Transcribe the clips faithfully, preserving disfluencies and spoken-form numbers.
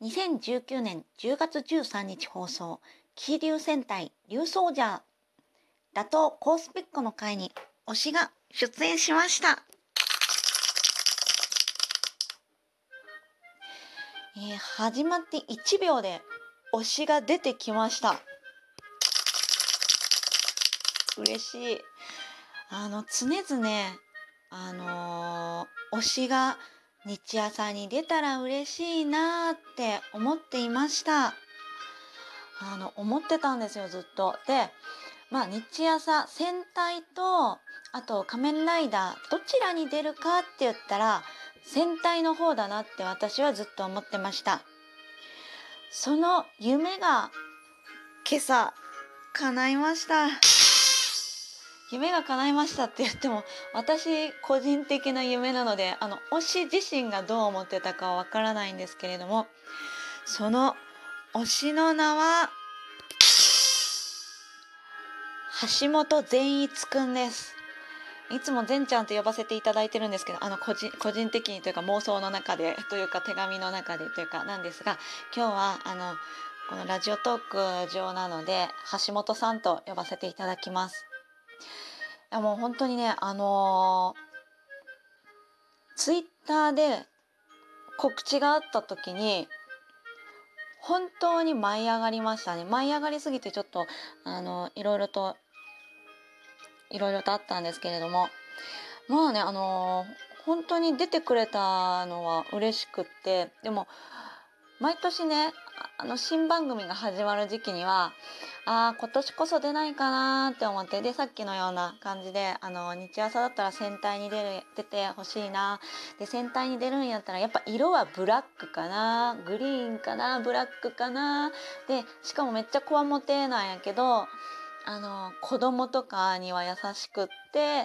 にせんじゅうきゅうねんじゅうがつじゅうさんにち放送、気流戦隊竜ソージャー打倒コースペックの回に推しが出演しました。えー、始まっていちびょうで推しが出てきました。嬉しい。あの常々あのー、推しが日朝に出たら嬉しいなって思っていました。あの思ってたんですよ、ずっと。で、まあ日朝戦隊とあと仮面ライダーどちらに出るかって言ったら戦隊の方だなって私はずっと思ってました。その夢が今朝叶いました。夢が叶いましたって言っても私個人的な夢なので、あの推し自身がどう思ってたかはわからないんですけれども、その推しの名は橋本善一くんです。いつも善ちゃんと呼ばせていただいてるんですけど、あの個人個人的にというか妄想の中でというか手紙の中でというかなんですが、今日はあのこのラジオトーク上なので橋本さんと呼ばせていただきます。いやもう本当にね、あのー、ツイッターで告知があった時に本当に舞い上がりましたね。舞い上がりすぎてちょっとあのいろいろといろいろとあったんですけれども、まあね、あのー、本当に出てくれたのは嬉しくって、でも毎年ね、あの新番組が始まる時期にはあ今年こそ出ないかなって思って、でさっきのような感じであの日朝だったら戦隊に出る出てほしいな、で戦隊に出るんやったらやっぱ色はブラックかな、グリーンかな、ブラックかな、でしかもめっちゃこわもてなんやけどあの子供とかには優しくって、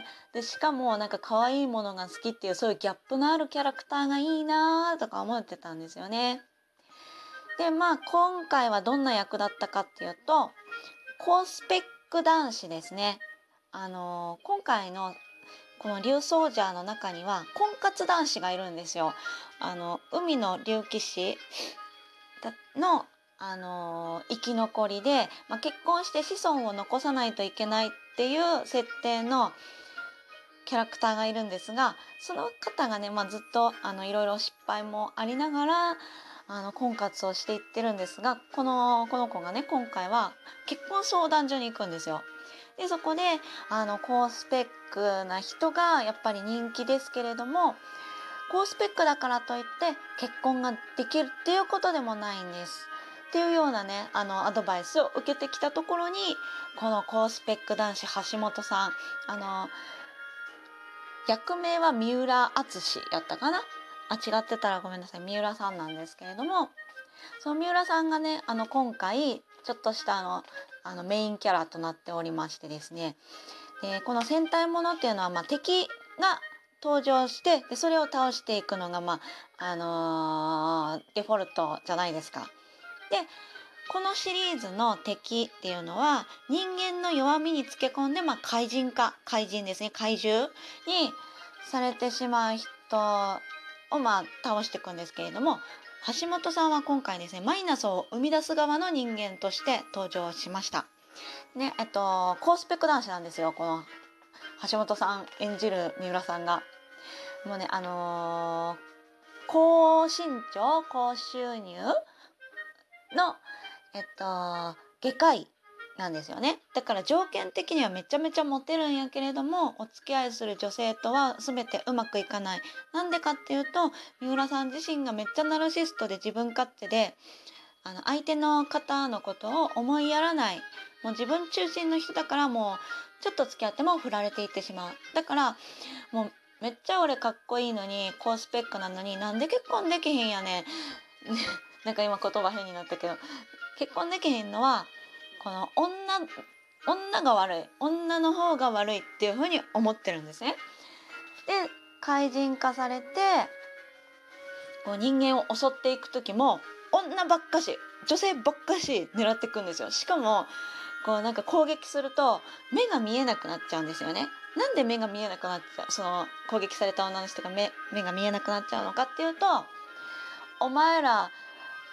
でしかもなんか可愛いものが好きっていう、そういうギャップのあるキャラクターがいいなとか思ってたんですよね。でまあ今回はどんな役だったかっていうと高スペック男子ですね。あの今回のこの竜ソージャーの中には婚活男子がいるんですよ。あの海の竜騎士のあの生き残りで、まあ、結婚して子孫を残さないといけないっていう設定のキャラクターがいるんですが、その方がね、まあ、ずっとあのいろいろ失敗もありながらあの婚活をしていってるんですが、このこの子がね今回は結婚相談所に行くんですよ。でそこであの高スペックな人がやっぱり人気ですけれども、高スペックだからといって結婚ができるっていうことでもないんですっていうようなね、あのアドバイスを受けてきたところに、この高スペック男子橋本さん、あの役名は三浦淳やったかな、あ違ってたらごめんなさい、三浦さんなんですけれども、その三浦さんがねあの今回ちょっとしたあのあのメインキャラとなっておりましてですね、でこの戦隊ものっていうのは、まあ、敵が登場して、でそれを倒していくのが、まああのー、デフォルトじゃないですか。でこのシリーズの敵っていうのは人間の弱みにつけ込んで、まあ、怪人化怪人ですね怪獣にされてしまう人を、まあ、倒していくんですけれども、橋本さんは今回ですねマイナスを生み出す側の人間として登場しました。ねえっと高スペック男子なんですよ、この橋本さん演じる三浦さんが。もうねあのー、高身長高収入のえっと外科医なんですよね。だから条件的にはめちゃめちゃモテるんやけれども、お付き合いする女性とは全てうまくいかない。なんでかっていうと三浦さん自身がめっちゃナルシストで自分勝手で、あの相手の方のことを思いやらない、もう自分中心の人だから、もうちょっと付き合っても振られていってしまう。だからもうめっちゃ俺かっこいいのに高スペックなのになんで結婚できへんやねんなんか今言葉変になったけど、結婚できへんのはこの女女が悪い、女の方が悪いっていうふうに思ってるんですね。で怪人化されてこう人間を襲っていく時も女ばっかし女性ばっかし狙っていくんですよ。しかもこうなんか攻撃すると目が見えなくなっちゃうんですよね。なんで目が見えなくなっちゃう、その攻撃された女の人が 目, 目が見えなくなっちゃうのかっていうと、お前ら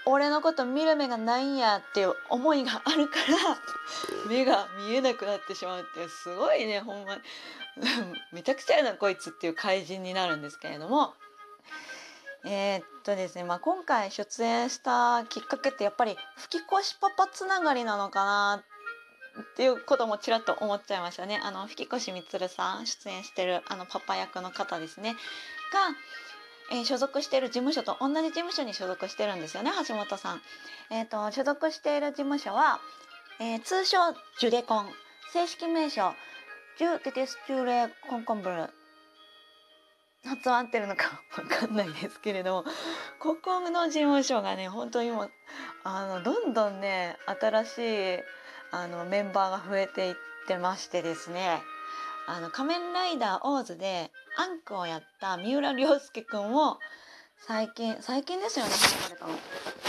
俺のこと見る目がないんやっていう思いがあるから目が見えなくなってしまうっていう、すごいねほんまにめちゃくちゃやなこいつっていう怪人になるんですけれども、えー、っとですね、まあ、今回出演したきっかけってやっぱり吹き越しパパつながりなのかなっていうこともちらっと思っちゃいましたね。あの吹越みつるさん出演してるあのパパ役の方ですねが、えー所属している事務所と同じ事務所に所属してるんですよね、橋本さん。えー、と所属している事務所は、えー通称ジュレコン、正式名称ジュディスチュレコンコンブル、発音合ってるのかわかんないですけれども、ここの事務所がね本当にもうあのどんどんね新しいあのメンバーが増えていってましてですね、あの仮面ライダーオーズでアンクをやった三浦亮介くんを最近最近ですよね話されたの。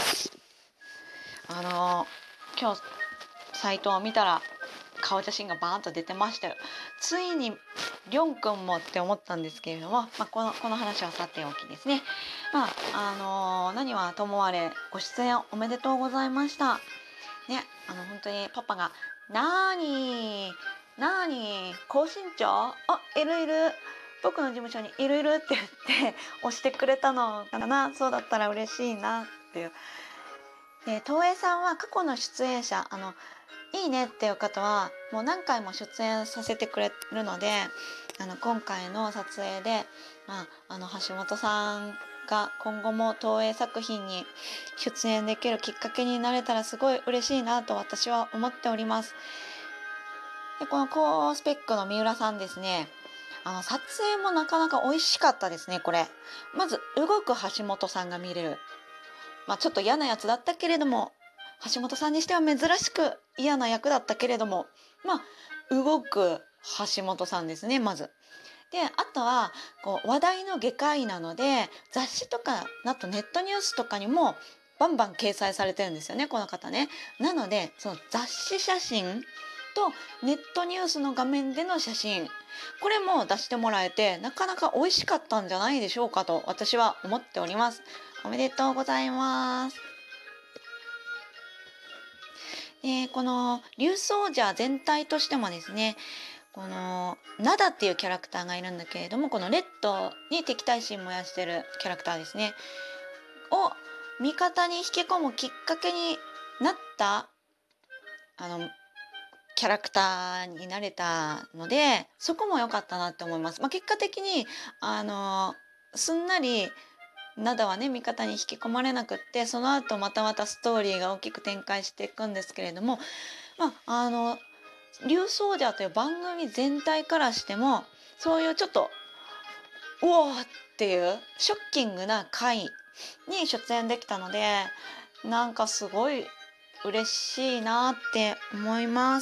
あの今日サイトを見たら顔写真がバーンと出てましたよ。ついにりょんくんもって思ったんですけれども、まあ、このこの話はさておきですね。まああのー何はともあれご出演おめでとうございました。ね、あの本当にパパがなーになーに高身長あいるいる僕の事務所にいるいるって言って押してくれたのかな。そうだったら嬉しいなっていう。で東映さんは過去の出演者あのいいねっていう方はもう何回も出演させてくれるので、あの今回の撮影で、まあ、あの橋本さんが今後も東映作品に出演できるきっかけになれたらすごい嬉しいなと私は思っております。でこの高スペックの三浦さんですね、あの撮影もなかなか美味しかったですね。これまず動く橋本さんが見れる、まあ、ちょっと嫌なやつだったけれども橋本さんにしては珍しく嫌な役だったけれども、まあ動く橋本さんですねまず。であとはこう話題の外科医なので雑誌とかあとネットニュースとかにもバンバン掲載されてるんですよねこの方ね。なのでその雑誌写真とネットニュースの画面での写真、これも出してもらえてなかなか美味しかったんじゃないでしょうかと私は思っております。おめでとうございます。でこの竜奏者全体としてもですね、このナダっていうキャラクターがいるんだけれども、このレッドに敵対心燃やしてるキャラクターですねを味方に引き込むきっかけになったあのキャラクターになれたので、そこも良かったなって思います。まあ、結果的にあのすんなりナダはね味方に引き込まれなくって、その後またまたストーリーが大きく展開していくんですけれども、まああの竜奏者という番組全体からしてもそういうちょっとうおーっていうショッキングな回に出演できたので、なんかすごい嬉しいなって思います。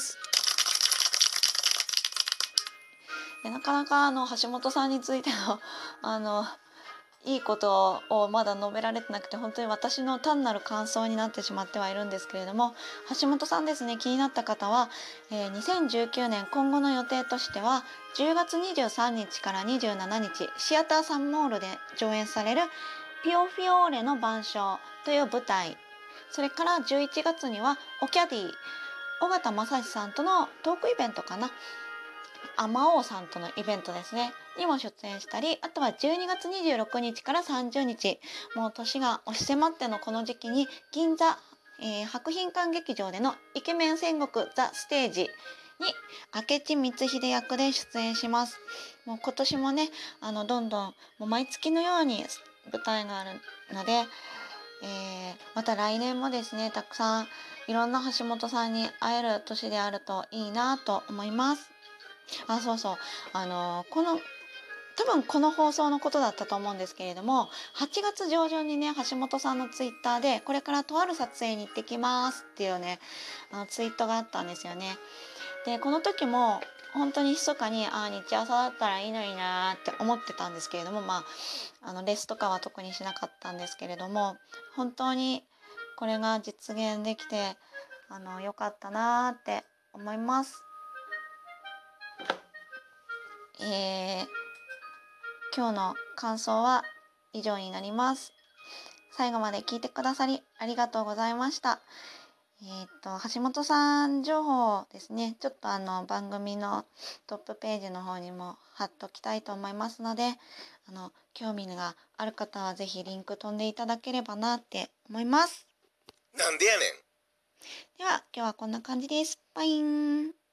でなかなかあの橋本さんについてのあのいいことをまだ述べられてなくて、本当に私の単なる感想になってしまってはいるんですけれども、橋本さんですね、気になった方は、えー、にせんじゅうきゅうねん今後の予定としてはじゅうがつにじゅうさんにちからにじゅうしちにちシアターサンモールで上演されるピオフィオーレの晩鐘という舞台、それからじゅういちがつにはオキャディ尾形正史さんとのトークイベントかな、あまおうさんとのイベントですねにも出演したり、あとはじゅうにがつにじゅうろくにちからさんじゅうにち、もう年が押し迫ってのこの時期に銀座、えー博品館劇場でのイケメン戦国ザ・ステージに明智光秀役で出演します。もう今年もねあのどんどんもう毎月のように舞台があるので、えーまた来年もですねたくさんいろんな橋本さんに会える年であるといいなと思います。あ、そうそう。あのこの多分この放送のことだったと思うんですけれども、はちがつ上旬にね橋本さんのツイッターでこれからとある撮影に行ってきますっていうねあのツイートがあったんですよね。でこの時も本当に密かにあ日朝だったらいいのになって思ってたんですけれども、まああのレスとかは特にしなかったんですけれども、本当にこれが実現できてあの良かったなって思います。えー今日の感想は以上になります。 最後まで聞いてくださりありがとうございました。えーっと、橋本さん情報ですね、ちょっとあの番組のトップページの方にも貼っときたいと思いますので、あの興味がある方はぜひリンク飛んでいただければなって思います。 なんでやねん。 では今日はこんな感じです。バイン。